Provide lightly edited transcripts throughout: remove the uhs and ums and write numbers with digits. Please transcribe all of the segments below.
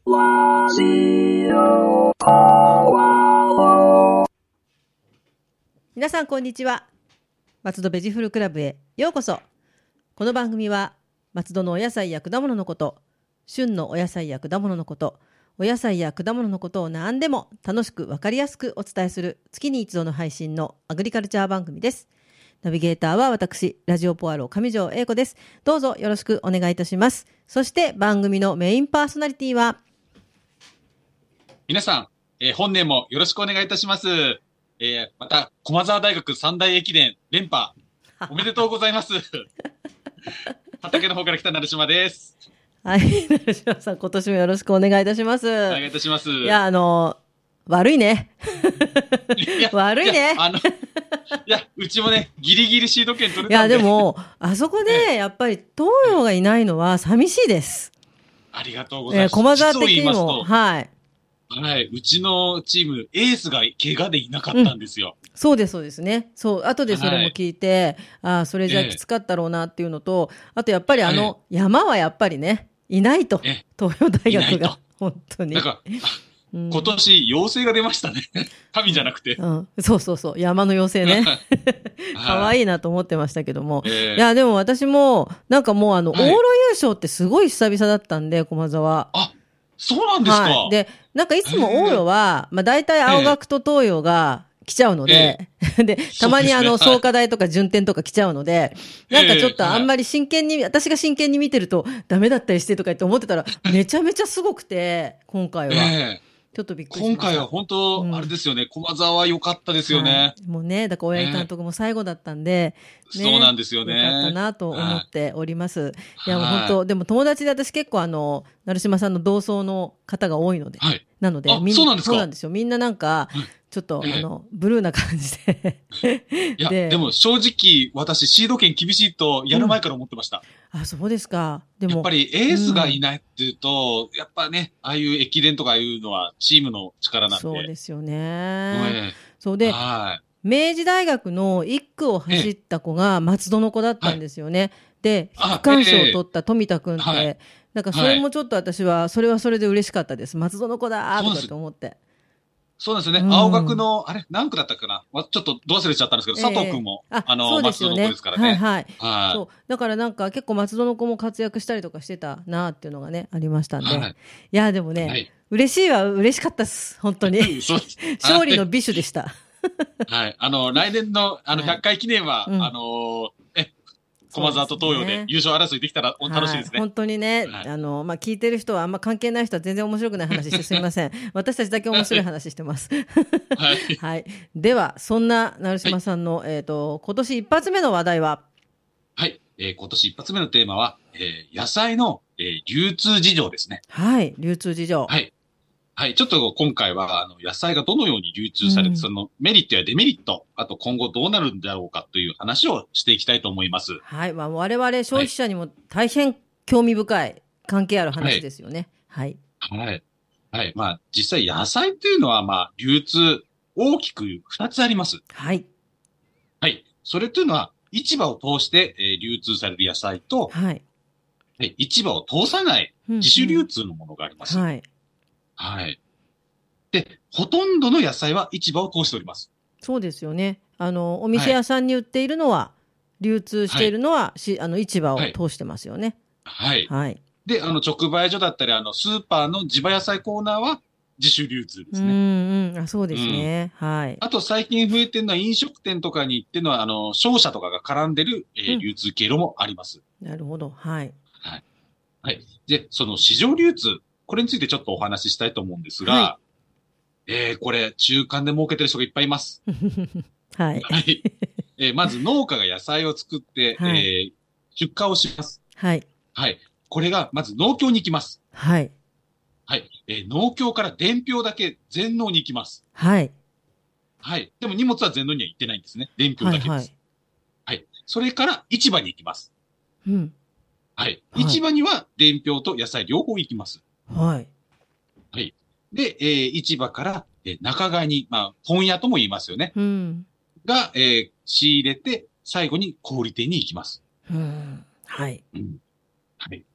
ラジオポアロ皆さんこんにちは。松戸ベジフルクラブへようこそ。この番組は松戸のお野菜や果物のこと、旬のお野菜や果物のこと、お野菜や果物のことを何でも楽しく分かりやすくお伝えする月に一度の配信のアグリカルチャー番組です。ナビゲーターは私、ラジオポアロ上条英子です。どうぞよろしくお願いいたします。そして番組のメインパーソナリティは皆さん、本年もよろしくお願いいたします。また、駒沢大学三大駅伝連覇、おめでとうございます。畑の方から来た成島です。 はい、成島さん、今年もよろしくお願いいたします。 お願いいたします。 いや、悪いね。悪いね。 いや、うちもね、ギリギリシード権取れたんで。 いや、でも、あそこで、やっぱり、東洋がいないのは寂しいです。 ありがとうございます。 駒沢的にも、はい。 はい。うちのチーム、エースが怪我でいなかったんですよ。 そうです、そうですね。そう、後でそれも聞いて、ああ、それじゃきつかったろうなっていうのと、あとやっぱり山はやっぱりね、いないと。東洋大学が。本当に。 なんか、今年、妖精が出ましたね。神じゃなくて。 そうそうそう。山の妖精ね。可愛いなと思ってましたけども。いや、でも私も、なんかもう往路優勝ってすごい久々だったんで、駒沢。 あ、そうなんですか。 はい。で、なんかいつも往路は、まあ大体青学と東洋が来ちゃうので、で、たまに創価大とか順天とか来ちゃうので、なんかちょっとあんまり真剣に、私が真剣に見てるとダメだったりしてとか言って思ってたら、めちゃめちゃすごくて、今回は。ちょっとびっくりしました。 今回は本当、あれですよね、駒沢は良かったですよね。 もうね、だから大八木監督も最後だったんで、 そうなんですよね。 よかったなと思っております。いや、もう本当、でも友達で私結構成島さんの同窓の方が多いので、なので、 みんな、そうなんですか。 そうなんですよ。みんななんか、ちょっと、ブルーな感じで。 いや、でも正直、私、シード権厳しいと、やる前から思ってました。 あ、そうですか。でも。 やっぱりエースがいないっていうと、やっぱね、ああいう駅伝とかいうのは、チームの力なんで。 そうですよね。そうで、明治大学の1区を走った子が松戸の子だったんですよね。で、区間賞を取った富田君って、なんかそれもちょっと私は、それはそれで嬉しかったです。松戸の子だーとかって思って。 そうなんですよね。青学の、何区だったかな、ちょっとど忘れちゃったんですけど、佐藤君も、松戸の子ですからね。 はい。そう。だからなんか結構松戸の子も活躍したりとかしてたなっていうのがね、ありましたんで。いや、でもね、嬉しかったです。本当に。勝利の美酒でした。 はい。来年の、100回記念は、駒沢と東洋で優勝争いできたら楽しいですね。 本当にね、聞いてる人はあんま関係ない人は全然面白くない話してすみません。私たちだけ面白い話してます。はい。では、そんな成島さんの、今年一発目の話題は？ はい。今年一発目のテーマは、野菜の、流通事情ですね。 はい。流通事情。 はい。はい。ちょっと今回は、野菜がどのように流通されて、そのメリットやデメリット、あと今後どうなるんだろうかという話をしていきたいと思います。 はい。まあ、我々消費者にも大変興味深い関係ある話ですよね。はい。 はい。はい。まあ、実際野菜っていうのは、まあ、流通、大きく2つあります。 はい。 はい。それっていうのは、市場を通して、流通される野菜と、 はい。 市場を通さない自主流通のものがあります。 はい。 はい。で、ほとんどの野菜は市場を通しております。 そうですよね。お店屋さんに売っているのは、流通しているのは、市場を通してますよね。 はい。 はい。 で、直売所だったり、スーパーの地場野菜コーナーは自主流通ですね。 そうですね。はい。 あと最近増えてるのは飲食店とかに行ってるのは、商社とかが絡んでる、流通経路もあります。 なるほど。はい。 はい。はい。で、その市場流通、これについてちょっとお話ししたいと思うんですが、これ、中間で儲けてる人がいっぱいいます。 はい。 はい。まず農家が野菜を作って、出荷をします。 はい。 はい。これが、まず農協に行きます。 はい。 はい。農協から伝票だけ全農に行きます。 はい。 はい。でも荷物は全農には行ってないんですね。伝票だけです。はい。それから市場に行きます。はい。市場には伝票と野菜両方行きます。 はい。 はい。で、市場から、仲買に、まあ、本屋とも言いますよね。が、仕入れて、最後に小売店に行きます。 はい。 はい。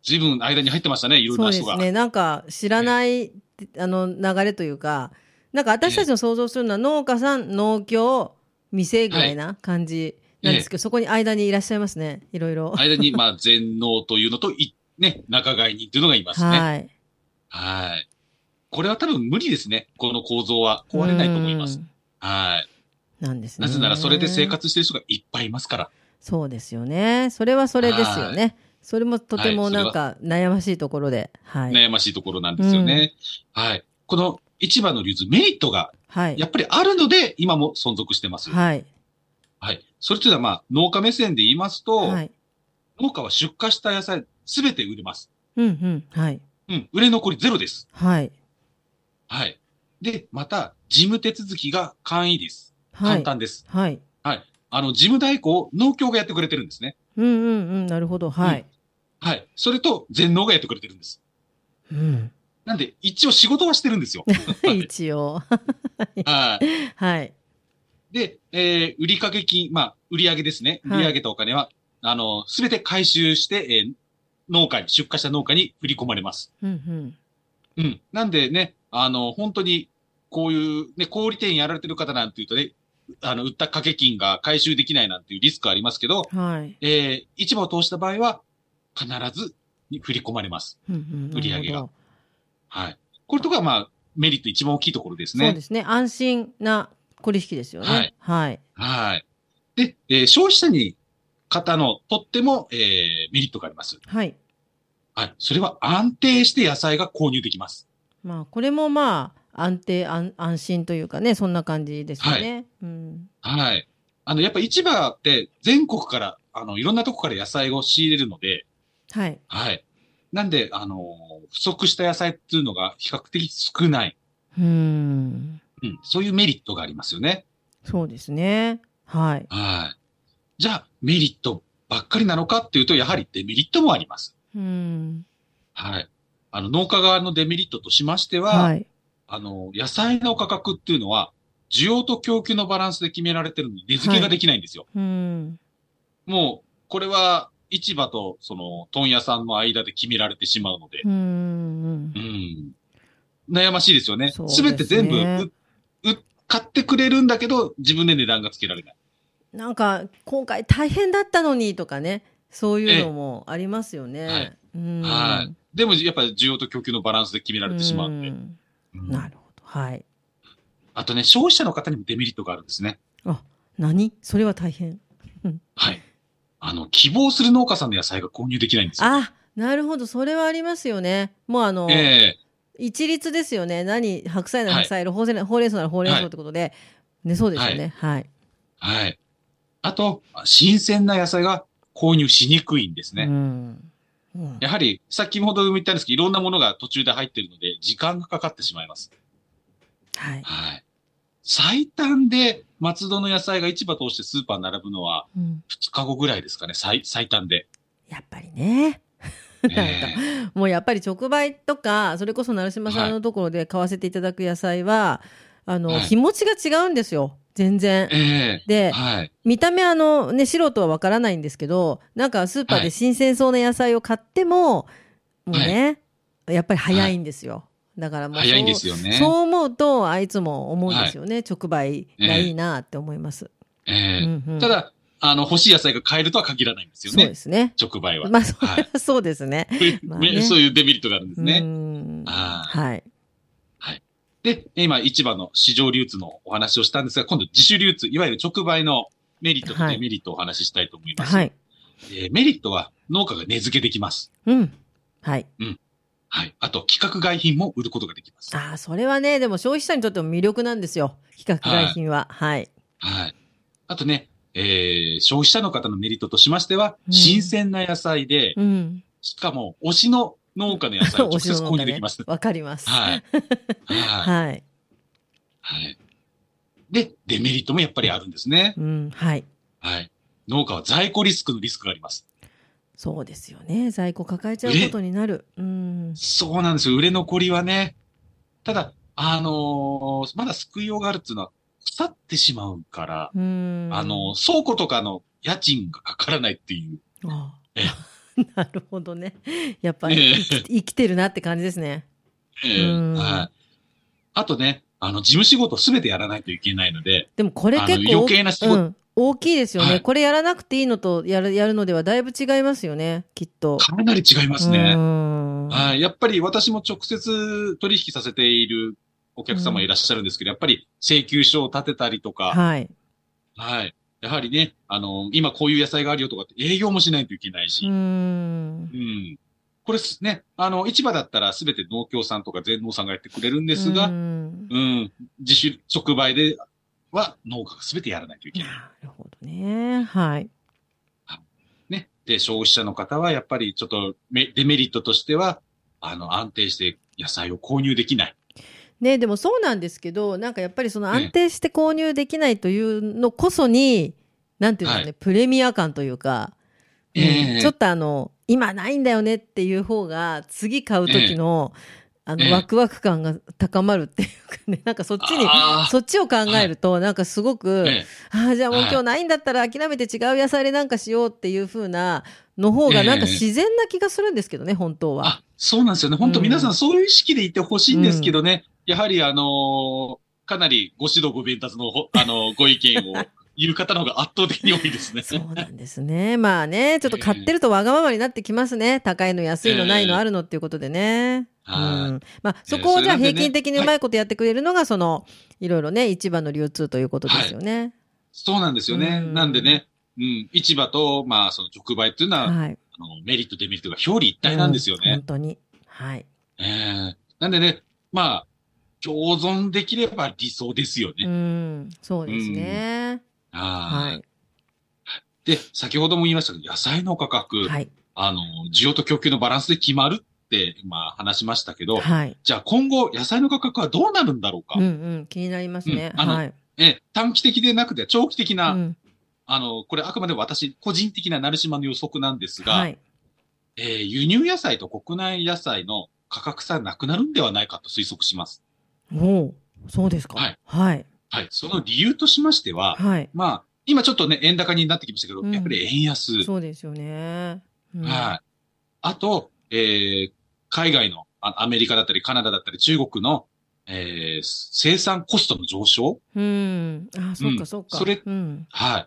随分間に入ってましたね、いろいろな人が。 そうですね。なんか知らない、流れというか、なんか私たちの想像するのは農家さん、農協、店ぐらいな感じなんですけど、そこに間にいらっしゃいますね。いろいろ。 間に、まあ、全農というのと、ね、仲買人というのがいますね。 はい。 はい。これは多分無理ですね。この構造は壊れないと思います。はい。 なんですね。 なぜならそれで生活している人がいっぱいいますから。 そうですよね。それはそれですよね。それもとてもなんか悩ましいところで。はい。 悩ましいところなんですよね。はい。この市場の流通、メリットが、やっぱりあるので、今も存続してます。 はい。 はい。それというのは、まあ、農家目線で言いますと、はい、農家は出荷した野菜、すべて売れます。 うんうん。はい。 うん。売れ残りゼロです。 はい。 はい。で、また、事務手続きが簡易です。はい、簡単です。はい。はい。事務代行を農協がやってくれてるんですね。 うんうんうん。なるほど。はい。 はい。それと、全農がやってくれてるんです。 うん。 なんで、一応仕事はしてるんですよ。 一応。 はい。 はい。 で、売掛金、まあ、売上ですね。売り上げたお金は、すべて回収して、農家に、出荷した農家に振り込まれます。うんうん。うん。なんでね、本当に、こういう、ね、小売店やられてる方なんていうとね、売った掛け金が回収できないなんていうリスクありますけど、はい。市場を通した場合は、必ず振り込まれます。うんうん、売上が。はい。これとか、まあ、メリット一番大きいところですね。 そうですね。安心な取引ですよね。はい。はい。 はい。で、消費者に方のとっても、メリットがあります。はい。はい。それは安定して野菜が購入できます。 まあ、これもまあ、安心というかね、そんな感じですよね。はい。うん。 はい。やっぱ市場って全国から、いろんなとこから野菜を仕入れるので、はい。はい。なんで、不足した野菜っていうのが比較的少ない。うん。そういうメリットがありますよね。 そうですね。はい。 はい。じゃあ、メリットばっかりなのかっていうと、やはりデメリットもあります。はい。農家側のデメリットとしましては、はい。野菜の価格っていうのは、需要と供給のバランスで決められてるのに、値付けができないんですよ。はい、もう、これは、市場と、問屋さんの間で決められてしまうので。悩ましいですよね。すべて全部買ってくれるんだけど、自分で値段がつけられない。 なんか、今回大変だったのにとかね、そういうのもありますよね。はい。 はい。でも、やっぱり需要と供給のバランスで決められてしまうんで。 なるほど。はい。 あとね、消費者の方にもデメリットがあるんですね。 あ、それは大変。 はい。希望する農家さんの野菜が購入できないんですよ。 あ、なるほど。それはありますよね。もう一律ですよね。白菜なら白菜、ほうれん草ならほうれん草ってことで。ね、そうですよね。はい。 はい。あと、新鮮な野菜が購入しにくいんですね。やはり、先ほど言ったんですけど、いろんなものが途中で入っているので、時間がかかってしまいます。はい。はい。最短で松戸の野菜が市場通してスーパーに並ぶのは、2日後ぐらいですかね、最短で。 やっぱりね。なんか、もうやっぱり直売とか、それこそ成島さんのところで買わせていただく野菜は、日持ちが違うんですよ。全然。で、見た目ね、素人はわからないんですけど、なんかスーパーで新鮮そうな野菜を買っても、もうね、やっぱり早いんですよ。だからもう早いんですよね。 そう思うと、いつも思うんですよね。直売がいいなって思います。 ただ、欲しい野菜が買えるとは限らないんですよね。 そうですね。 直売は。 まあ、そうですね。 そういうデメリットがあるんですね。 はい。 はい。で、今、市場の市場流通のお話をしたんですが、今度自主流通、いわゆる直売のメリットとデメリットをお話ししたいと思います。はい。メリットは農家が値付けできます。 はい。 はい。あと、規格外品も売ることができます。 ああ、それはね、でも消費者にとっても魅力なんですよ。規格外品は。はい。 はい。あとね、消費者の方のメリットとしましては、新鮮な野菜で、しかも、推しの農家の野菜を直接購入できます。 わかります。 はい。はい。はい。で、デメリットもやっぱりあるんですね。 はい。 はい。農家は在庫リスクのリスクがあります。 そうですよね。在庫抱えちゃうことになる。 そうなんですよ。売れ残りはね。ただ、まだ救いようがあるっていうのは、腐ってしまうから、倉庫とかの家賃がかからないっていう。 なるほどね。やっぱり生きてるなって感じですね。 はい。あとね、事務仕事すべてやらないといけないので、 でもこれ結構余計な仕事、 大きいですよね。 はい、 これやらなくていいのとやるのではだいぶ違いますよね、きっと。 かなり違いますね。 はやっぱり私も直接取引させているお客様いらっしゃるんですけど、やっぱり請求書を立てたりとか、 はい。 はい。やはりね、今こういう野菜があるよとかって営業もしないといけないし、これですね、市場だったらすべて農協さんとか全農さんがやってくれるんですが、自主直売では農家がすべてやらないといけない。 なるほどね。はい。 ね。で、消費者の方はやっぱりちょっとデメリットとしては、安定して野菜を購入できない。 ね、でもそうなんですけど、なんかやっぱりその安定して購入できないというのこそに、なんていうんですかね、プレミア感というか、ちょっと今ないんだよねっていう方が、次買う時の、ワクワク感が高まるっていうかね、なんかそっちを考えると、なんかすごく、じゃあもう今日ないんだったら諦めて違う野菜でなんかしようっていう風な、の方がなんか自然な気がするんですけどね、本当は。 そうなんですよね。本当皆さんそういう意識でいてほしいんですけどね。やはりかなりご指導ご鞭達の、ご意見を言う方の方が圧倒的に多いですね。 そうなんですね。まあね、ちょっと買ってるとわがままになってきますね。高いの、安いの、ないの、あるのっていうことでね。まあ、そこをじゃあ平均的にうまいことやってくれるのが、いろいろね、市場の流通ということですよね。 そうなんですよね。なんでね、市場と、まあ、その直売っていうのは、メリット、デメリットが表裏一体なんですよね。 本当に。はい。 なんでね、まあ、共存できれば理想ですよね。 そうですね。はい。 で、先ほども言いましたけど、野菜の価格、 はい、 需要と供給のバランスで決まるって、まあ話しましたけど、 はい、 じゃあ今後、野菜の価格はどうなるんだろうか。 気になりますね。はい。 短期的でなくて長期的な、これあくまで私、個人的な成島の予測なんですが、はい、輸入野菜と国内野菜の価格差なくなるんではないかと推測します。 そうですか。 はい。 はい。 はい。その理由としましては、はい。まあ、今ちょっとね、円高になってきましたけど、やっぱり円安。 そうですよね。 はい。あと、海外のアメリカだったりカナダだったり中国の、生産コストの上昇。 そうかそうか。 それ、はい。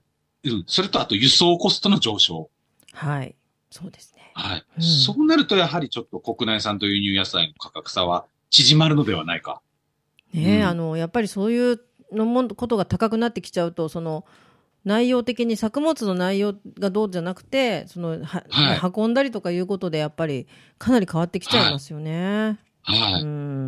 それとあと輸送コストの上昇。 はい。そうですね。 はい。そうなるとやはりちょっと国内産と輸入野菜の価格差は縮まるのではないか。 ねやっぱりそういうことが高くなってきちゃうと、内容的に作物の内容がどうじゃなくて、運んだりとかいうことでやっぱりかなり変わってきちゃいますよね。 はい。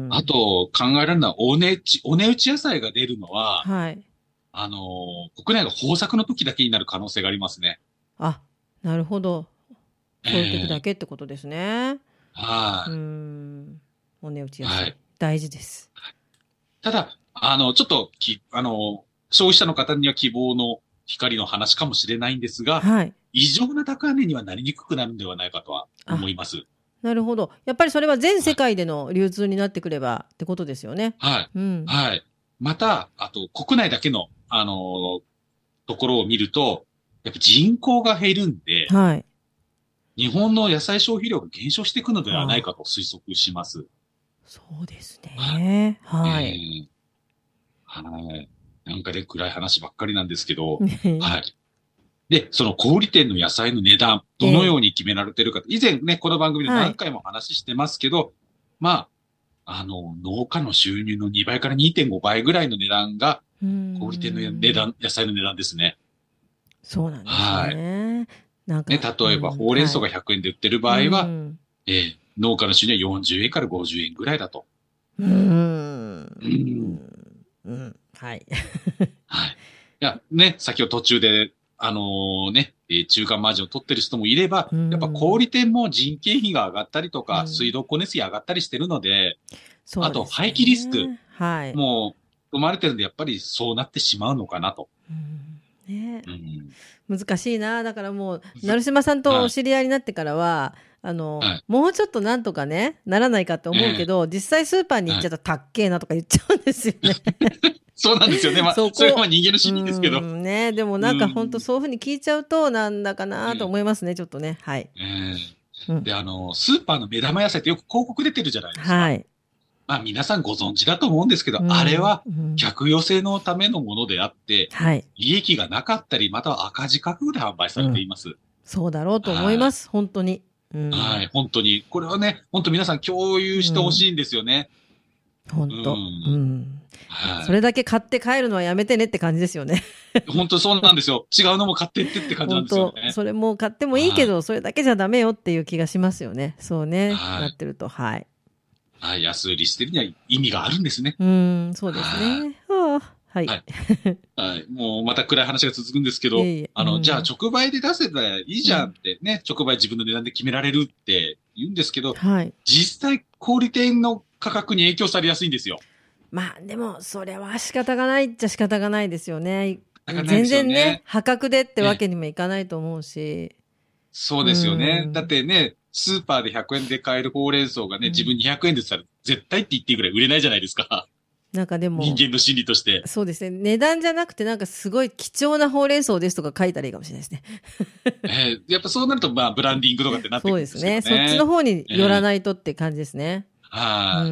あと考えられるのはお値打ち野菜が出るのは、はい。国内が豊作の時だけになる可能性がありますね。 あ、なるほど。そういう時だけってことですね。 はい。 お値打ち野菜、大事です。 ただ、ちょっと消費者の方には希望の光の話かもしれないんですが、はい、異常な高値にはなりにくくなるんではないかとは思います。 なるほど。やっぱりそれは全世界での流通になってくればってことですよね。 はい。はい。また、あと、国内だけの、ところを見ると、やっぱ人口が減るんで、はい。日本の野菜消費量が減少していくのではないかと推測します。 そうですね。はい。 はい。なんかね、暗い話ばっかりなんですけど、はい。で、その小売店の野菜の値段、どのように決められてるか、以前ね、この番組で何回も話してますけど、まあ、農家の収入の2倍から 2.5 倍ぐらいの値段が、小売店の野菜の値段ですね。 そうなんですね。はい。 なんかね、例えば、ほうれん草が100円で売ってる場合は、農家の収入は40円から50円ぐらいだと。 はい。はい。いや、ね、先ほど途中で、中間マージンを取ってる人もいれば、やっぱ小売店も人件費が上がったりとか、水道光熱費上がったりしてるので、あと廃棄リスクも生まれてるんで、やっぱりそうなってしまうのかなと。 難しいな。だからもう、成島さんとお知り合いになってからは、 はいもうちょっとなんとかね、ならないかって思うけど、実際スーパーに行っちゃったらたっけえなとか言っちゃうんですよね。 そうなんですよね。まあ、 そこそれはまあ人間の心理ですけど。 ね、でもなんか本当そういうふうに聞いちゃうと、なんだかなと思いますね、ちょっとね。はい。 で、スーパーの目玉野菜ってよく広告出てるじゃないですか。 はい。 まあ皆さんご存知だと思うんですけど、あれは客寄せのためのものであって、 はい。 利益がなかったり、または赤字覚悟で販売されています。 そうだろうと思います、本当に。 はい、本当に。これはね、本当皆さん共有してほしいんですよね。 本当。 はい。 それだけ買って帰るのはやめてねって感じですよね。 本当そうなんですよ。違うのも買ってって感じなんですよね。 それも買ってもいいけど、それだけじゃダメよっていう気がしますよね。そうね。 はいなってると。はい。 はい、安売りしてるには意味があるんですね。 そうですね。はあ、はい。 はい。はい。もうまた暗い話が続くんですけど、じゃあ直売で出せたらいいじゃんってね、直売自分の値段で決められるって言うんですけど、 はい。 実際小売店の価格に影響されやすいんですよ。 まあでも、それは仕方がないっちゃ仕方がないですよね。全ないですよね然ね、破格でってわけにもいかないと思うし。 そうですよね。だってね、スーパーで100円で買えるほうれん草がね、自分200円でしたら絶対って言っていいぐらい売れないじゃないですか。 なんかでも、 人間の心理として。 そうですね。値段じゃなくてなんかすごい貴重なほうれん草ですとか書いたらいいかもしれないですね。 やっぱそうなると、まあ、ブランディングとかってなってくるんですけどね。 そうですね。そっちの方に寄らないとって感じですね。 はい。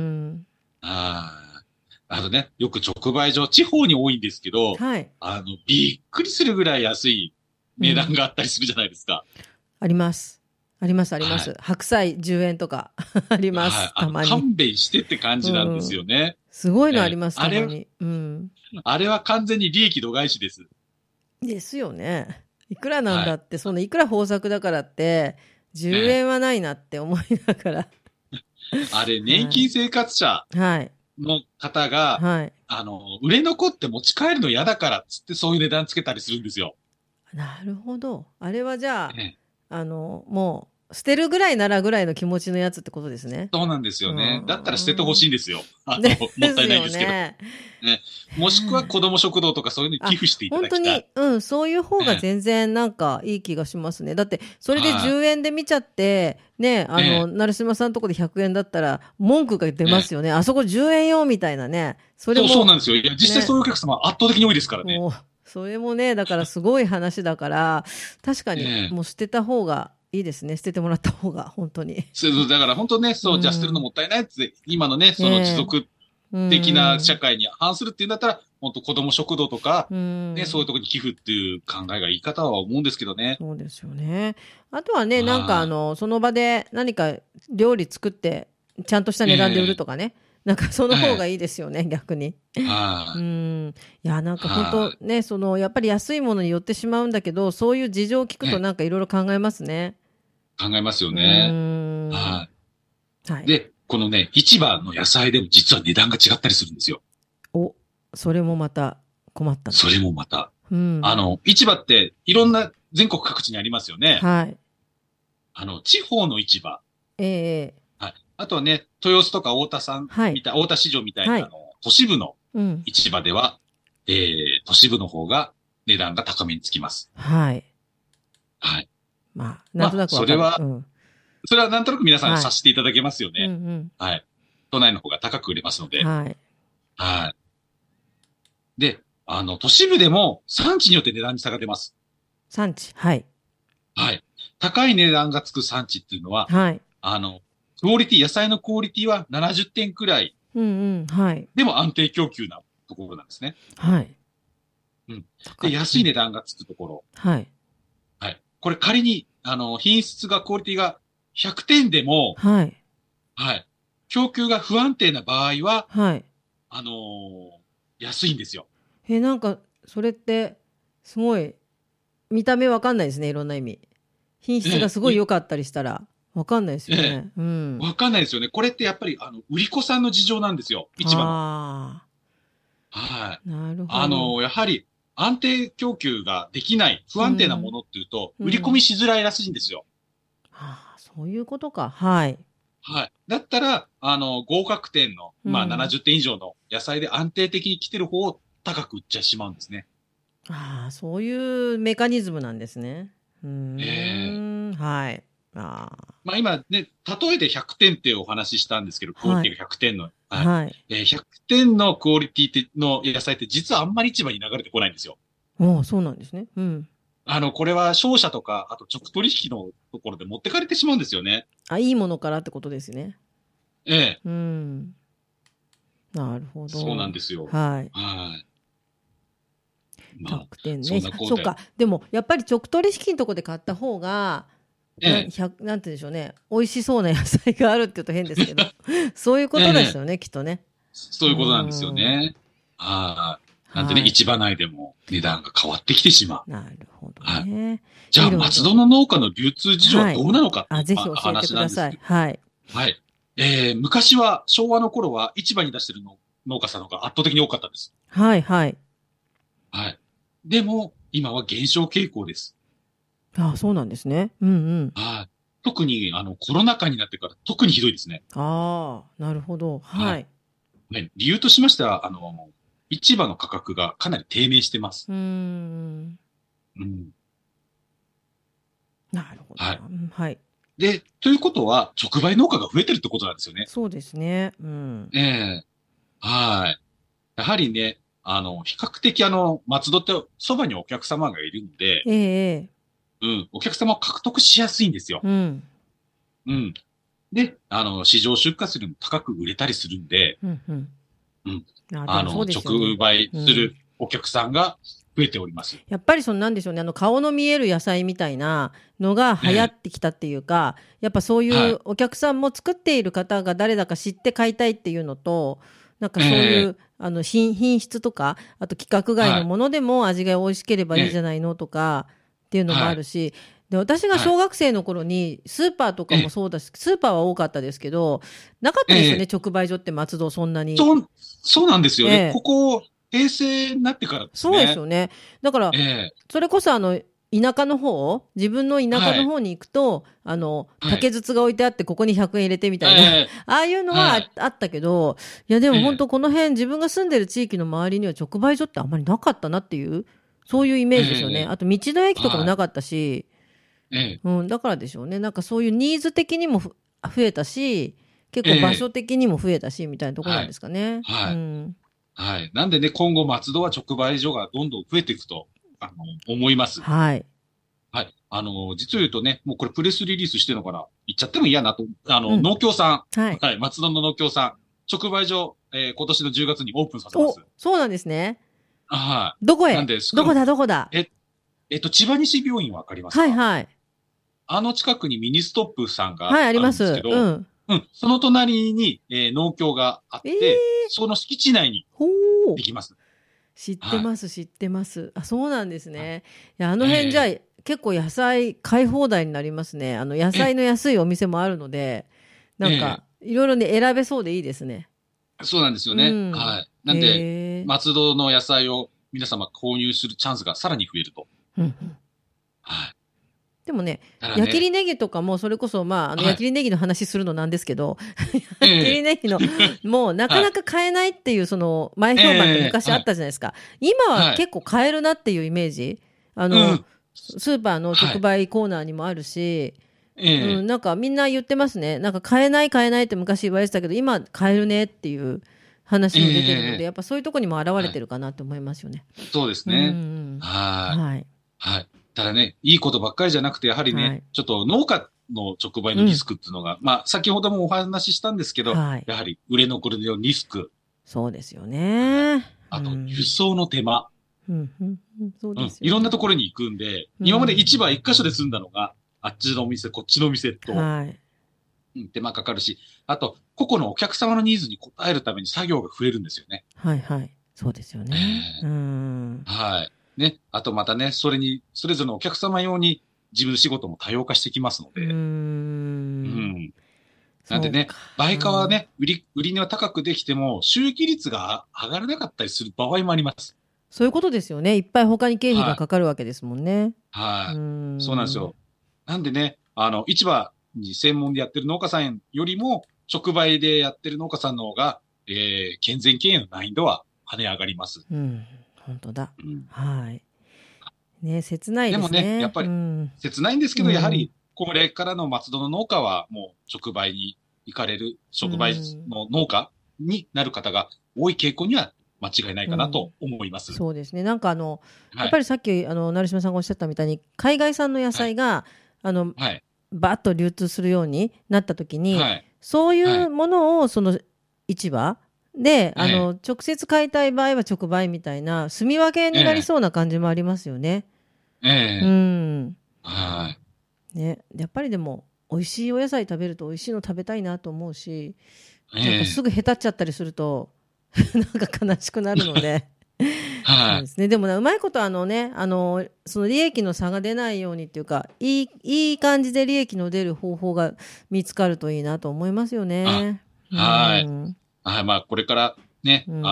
あとね、よく直売所、地方に多いんですけど、 はい。 びっくりするぐらい安い値段があったりするじゃないですか。 あります。あります、あります。白菜10円とかあります。たまに。 勘弁してって感じなんですよね。 すごいのあります、たまに。 あれは完全に利益度外視です。 ですよね。いくらなんだって、そのいくら豊作だからって、10円はないなって思いながら。 あれ、年金生活者の方が、売れ残って持ち帰るの嫌だからっつってそういう値段つけたりするんですよ。 なるほど。あれはじゃあ、もう、捨てるぐらいならぐらいの気持ちのやつってことですね。 そうなんですよね。だったら捨ててほしいんですよ。もったいないですけど。ね。もしくは子供食堂とかそういうのに寄付していただきたい。 本当に、そういう方が全然なんかいい気がしますね。だって、それで10円で見ちゃって、ね、成島さんのとこで100円だったら、文句が出ますよね。あそこ10円よ、みたいなね。 そうなんですよ。いや、実際そういうお客様圧倒的に多いですからね。 それもね、だからすごい話だから、確かにもう捨てた方がいいですね。捨ててもらった方が、本当に。 だから本当ね、じゃあ捨てるのもったいないって、今のね、その持続的な社会に反するっていうんだったら、本当子供食堂とか、ね、そういうところに寄付っていう考えがいい方は思うんですけどね。 そうですよね。あとはね、なんかその場で何か料理作って、ちゃんとした値段で売るとかね。なんかその方がいいですよね、逆に。いや、なんか本当ね、やっぱり安いものに寄ってしまうんだけど、そういう事情を聞くとなんかいろいろ考えますね。 考えますよね。で、このね、市場の野菜でも実は値段が違ったりするんですよ。 それもまた困った。 それもまた。市場っていろんな全国各地にありますよね。 はい。 地方の市場。はい。あとはね、豊洲とか太田さんみたい、太田市場みたいな、都市部の市場では、都市部の方が値段が高めにつきます。 はい。 はい。 まあ、なんとなくそれはなんとなく皆さん察していただけますよね。はい。都内の方が高く売れますので。 はい。 はい。で、都市部でも産地によって値段に差が出ます。 産地。はい。 はい。高い値段がつく産地っていうのは、 はい。 クオリティ、野菜のクオリティは70点くらい。 はい。 でも安定供給なところなんですね。 はい。 で、安い値段がつくところ。 はい。 はい。これ仮に、品質が、クオリティが100点でも、 はい。 はい。供給が不安定な場合は、 はい。 安いんですよ。 なんか、それって、すごい、見た目わかんないですね、いろんな意味。品質がすごい良かったりしたら、わかんないですよね。 わかんないですよね。これってやっぱり、売り子さんの事情なんですよ。市場の。はい。 なるほど。 やはり、安定供給ができない、不安定なものっていうと、売り込みしづらいらしいんですよ。 そういうことか。はい。 はい。だったら、合格点の、まあ、70点以上の野菜で安定的に来てる方を高く売っちゃしまうんですね。 そういうメカニズムなんですね。はい。 まあ今ね、例えで100点ってお話ししたんですけど、合計100点の。はい。 はい。 100点のクオリティの野菜って実はあんまり市場に流れてこないんですよ。 おー、そうなんですね。うん。 これは商社とか、あと直取引のところで持ってかれてしまうんですよね。 あ、いいものからってことですね。 ええ。 うん。なるほそうなんど。 ですよ。 はい。 はい。まあ、 100点ね。 そんなこうで。 そうか。でも、やっぱり直取引のとこで買った方が、 ええ。 なんて言うんでしょうね。美味しそうな野菜があるって言うと変ですけど。そういうことですええ。 よね、きっとね。 そうういうことなんですよーん。 ね。はい。なんでね、 はい。 市場内でも値段が変わってきてしまう。 なるほどはい。 ね。 じゃあ、 いろいろ。 松戸の農家の流通事情ははい。 どうなのかっていあ、 うぜひ教えて話ください。 なんですけど。 はい。 はい。昔は、昭和の頃は市場に出してるの農家さんの方が圧倒的に多かったです。 はい、はい。 はい。でも、今は減少傾向です。 あ、そうなんですね。うんうん。 はい。特に、コロナ禍になってから特にひどいですね。 ああ、なるほど。 はい。 はい。 ね、理由としましては、市場の価格がかなり低迷してます。 うーん。 うん。 なるほどはい。 な。うん、はい。 で、ということは、直売農家が増えてるってことなんですよね。 そうですね。うん。 ええ。はい。やはりね、比較的松戸ってそばにお客様がいるんで、 ええ、ええ。 うん、お客様を獲得しやすいんですよ。 うん。 うん。で、市場出荷するのも高く売れたりするんで、 うん、うん。 うん。 あ、でもそうですよね。 直売うん。 するお客さんが増えております。 やっぱりなんでしょうね、顔の見える野菜みたいなのが流行っええ。 てきたっていうか、やっぱそういはい。 うお客さんも作っている方が誰だか知って買いたいっていうのと、なんかええ。 そういう、品質とか、あと規格外はい。 のものでも味が美味しければいいじええ。 ゃないのとかっていうのもはい。 あるし、で、私がはい。 小学生の頃にスーパーとかもええ。 そうだし、スーパーは多かったですけど、なかったですよね、 ええ。 直売所って松戸そんなに。 そうなんですよね。こええ。 こ、平成になってからですそうですね。 よね。だから、 ええ。 それこそ田舎の方、自分の田舎はい。 の方に行くと、 はい。 竹筒が置いてあって、ここに100円入れてみたいな、 ええ。 ああいうのははい。 あったけど、いやでええ。 も本当この辺、自分が住んでる地域の周りには直売所ってあんまりなかったなっていう、そういうイメえージですよね。 え。 あと、道の駅とかもはい。 なかったし、 ええ。 うん、だからでしょうね。なんかそういうニーズ的にも増えたし、結ええ。 構場所的にも増えたし、みたいなところなんではい。 すかね。うはい。 ん。 はい。なんでね、今後松戸は直売所がどんどん増えていくと、思います。 はい。 はい。実を言うとね、もうこれプレスリリースしてるのかな言っちゃっても嫌なと、 うん。 農協さん、 はい。 はい、松戸の農協さん、直売所、今年の10月にオープンさせまお、 す。 そうなんですね。 はい。なんどこへで、すぐ、 どこだどこだ。 え、千葉西病院わかりますか？ はいはい。 近くにミニストップさんがはい、ありあるんですけます。うど、 ん。 うん、その隣に、農協があっえて、 え、 その敷地内にほう。 できます。 知ってはい。 ます、知ってます。あ、そうなんですはい。 ね。いや、あの辺じゃあ、 え結構野菜買い放題になりますね。野ええ菜の安いお店もあるので、なえんか、 えいろいろね、選べそうでいいですね。 そうなんですようね。 ん。 はい。なんで、 へえ。 松戸の野菜を皆様購入するチャンスがさらに増えると。 うんうん。 はい。 でもね、 ただね、 矢切ネギとかも、それこそ、まあ、矢はい。 切ネギの話するのなんですけど、矢切ええネギの、もうなかはい。 なか買えないっていう、前評判って昔あっはい。 たじゃないですか。今ははい。 結構買えるなっていうイメージ。 うん。 スーパーの直はい。 売コーナーにもあるし、うん、 ええなんかみんな言ってますね。なんか買えない買えないって昔言われてたけど、今買えるねっていうえ話も出てるので、 えやっぱそういうとこにも現はい。 れてるかなと思いますよね。 そうですうん、うね。 ん。 はい。 はい。 はい。ただね、いいことばっかりじゃなくて、やはりね、 はい。 ちょっと農家の直売のリスうん。 クっていうのが、まあ、先ほどもお話ししたんですけど、 はい。 やはり売れ残りのリスク、 そうですよはい。 ね。うあと、輸ん。 送の手間、 うん、うん、うん、そううん、いろんなですよね。 ところに行くんで、 う今まで市場ん。 一箇所で済んだのが、あっちのお店、こっちのお店と、 はい。 うん、手間かかるし、あと、個々のお客様のニーズに応えるために作業が増えるんですよね。 はい、はい。そうですよえね。うえん。 はい。ね。あとまたね、それに、それぞれのお客様用に自分仕事も多様化してきますのうーで、うん。 ん。なんでね、 そうか。う売価はん。 ね、売り値は高くできても、収益率が上がらなかったりする場合もあります。 そういうことですよね。いっぱい他に経費がはい。 かかるわけですもんね。うーはい。そうなんですん。 よ。なんでね、市場に専門でやってる農家さんよりも、直売でやってる農家さんの方が、健全経営の難易度は跳ね上がります。 うん。本当だ。 うん。 はい。ね、切ないででもね、やっすね。 ぱり、 うん。 切ないんですけど、やはうん。 り、 これからの松戸の農家はもう直売に行かれる、直売の農家になる方が多い傾向には間違いないかなと思います。 そうですね。なんかやはい。 っぱりさっき成島さんがおっしゃったみたいに、海外産の野菜が、 はい。 バーッと流通するようになった時に、 はい。 そういはい。 うものをその市場で、 はい。 直接買いたい場合は直売みたいな、住み分けになりええ。 そうな感じもありますよね。うええ。 ん。 はい。 ね。やっぱりでも、美味しいお野菜食べると美味しいの食べたいなと思うし、なんかすええ。 ぐへたっちゃったりすると、なんか悲しくなるので。そうはい。 ですね。でもね、うまいことその利益の差が出ないようにっていうか、いい感じで利益の出る方法が見つかるといいなと思いますよあ、 ね。うはい。 ん。 はい。まあ、これからね、 うん。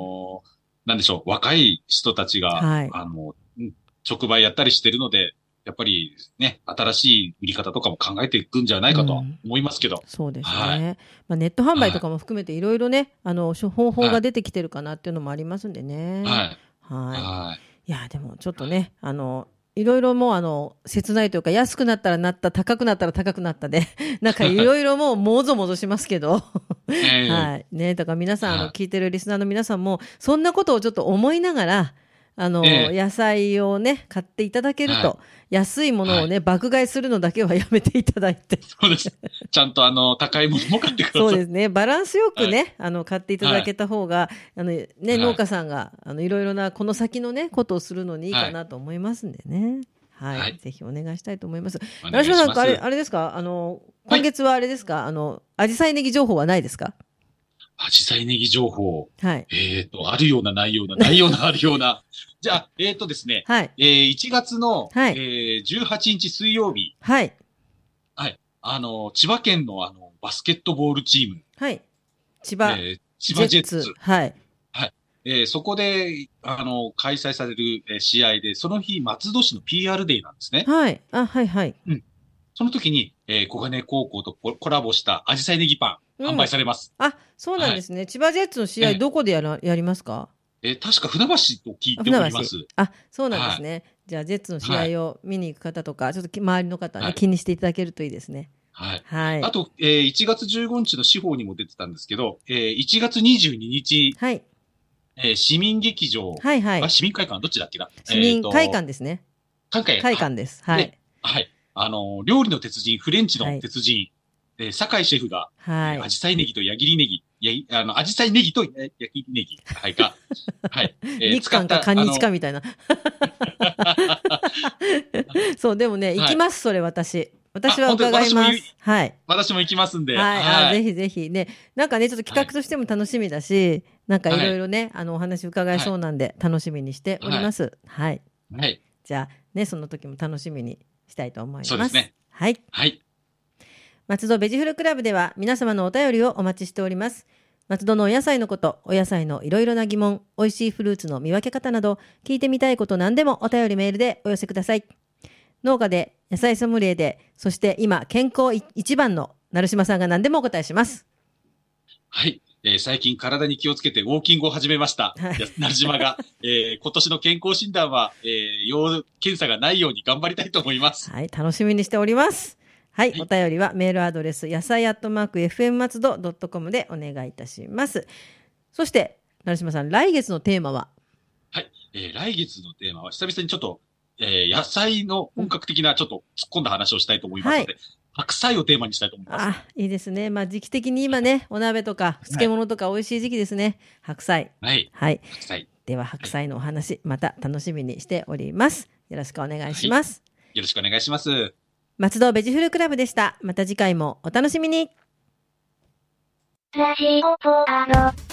なんでしょう、若い人たちが、 はい。 直売やったりしてるので、やっぱりね、新しい売り方とかも考えていくんじゃないかとはうん。 思いますけど。 そうですはい。 ね。まあ、ネット販売はい。 とかも含めていろいろね、方法はい。 が出てきてるかなっていうのもありますんでね。 はい。 はい。 はい。 いや、でもちょっとね、いろいろもう切ないというか、安くなったらなった、高くなったら高くなったで、なんかいろいろもうもぞもぞしますけど、 ええ。 はい。ね、だから皆さん、 は聞いてるリスナーの皆さんも、そんなことをちょっと思いながら、 い。ええ。 野菜をね、買っていただけるはい。 と、安いものはい。 をね、爆買いするのだけはやめていただいて。 そうです。ちゃんと高いものも買ってください。 そうですね。バランスよくはい。 ね、買っていただはい。 けた方が、ね、農はい。 家さんが、いろいろな、この先のね、ことをするのにいいかはい。 なと思いますんでね。はい。 はい。 ぜひお願いしたいと思います。 お願成島さん、 いします。 あれですか今はい。 月はあれですかアジサイネギ情報はないですか？ 紫陽花ネギ情報。 はい。 あるような、ないような、ないような、あるような。じゃあ、ですね、 はい。 1月の、 はい。 18日水曜日、 はい。 はい、千葉県のバスケットボールチーム、 はい。千葉千葉ジェッツ、 ジェッツ。はい。 はい、そこで、開催される試合で、その日、松戸市の PR デーなんですね。 はい。あ、はいはい。 うん。その時に、小金高校とコラボした紫陽花ネギパン、販売うん。 されます。 あ、そうなんはい。 ですね。千葉ジェッツの試合、 えどこでやりますか？ 確か船橋と聞いて船橋。 おります。 あ、そうなんではい。 すね。じゃあ、ジェッツの試はい。 合を見に行く方とか、ちょっと周りの方ね、 はい。 気にしていただけるといいですね。 はい。 はい。 あと、1月15日の司法にも出てたんですけど、1月22日、 はい。 市民劇場、 はい。 市民会館どっちだっけな？ 市民会館ですね。 関係、 会館です。はで、 い。 はい。料理の鉄人、フレンチのはい。 鉄人、酒井シェフが、 はい。 紫陽花ネギと矢切ネギ、紫陽花ネギと矢切ネギ、はい、はい、 日使った、 韓か韓日かみたいな。そう、でもね、行はい。 きます、それ私。私は本当に伺います。はい。 私も行きますんで、 はい。あ、 はい。 ぜひぜひね。なんかね、ちょっと企はい。 画としても楽しみだし、なんかいはい。 ろいろね、お話伺えはい。 そうなんで、楽しみにしておりはい。 ます。はい。 はい。 じゃあ、ね、その時も楽しみにしたいと思います。 そうですね。 はい。 はい。 松戸ベジフルクラブでは皆様のお便りをお待ちしております。松戸のお野菜のこと、お野菜のいろいろな疑問、美味しいフルーツの見分け方など、聞いてみたいこと何でもお便りメールでお寄せください。農家で、野菜ソムリエで、そして今、健康一番の成島さんが何でもお答えします。 はい。最近体に気をつけてウォーキングを始めました。 はい。 なるじまが、今年の健康診断は、要検査がないように頑張りたいと思います。 はい、楽しみにしております。はい、 はい。 お便りはメールアドレス、野菜@fm松戸 .com でお願いいたします。そして、成島さん、来月のテーマは？ はい。来月のテーマは久々にちょっと、野菜のうん。 本格的なちょっと突っ込んだ話をしたいと思いまはい。 すので、白菜をテーマにしたいと思います。 あ、いいですね。まあ、時期的に今ね、お鍋とか漬はい。 物とか美味しい時期ですね。白菜。 はい。 はい。 白菜。 では、白はい。 菜のお話、また楽しみにしております。よろしくお願いはい。 します。 よろしくお願いします。 松戸ベジフルクラブでした。また次回もお楽しみに。 ラジオポアロ。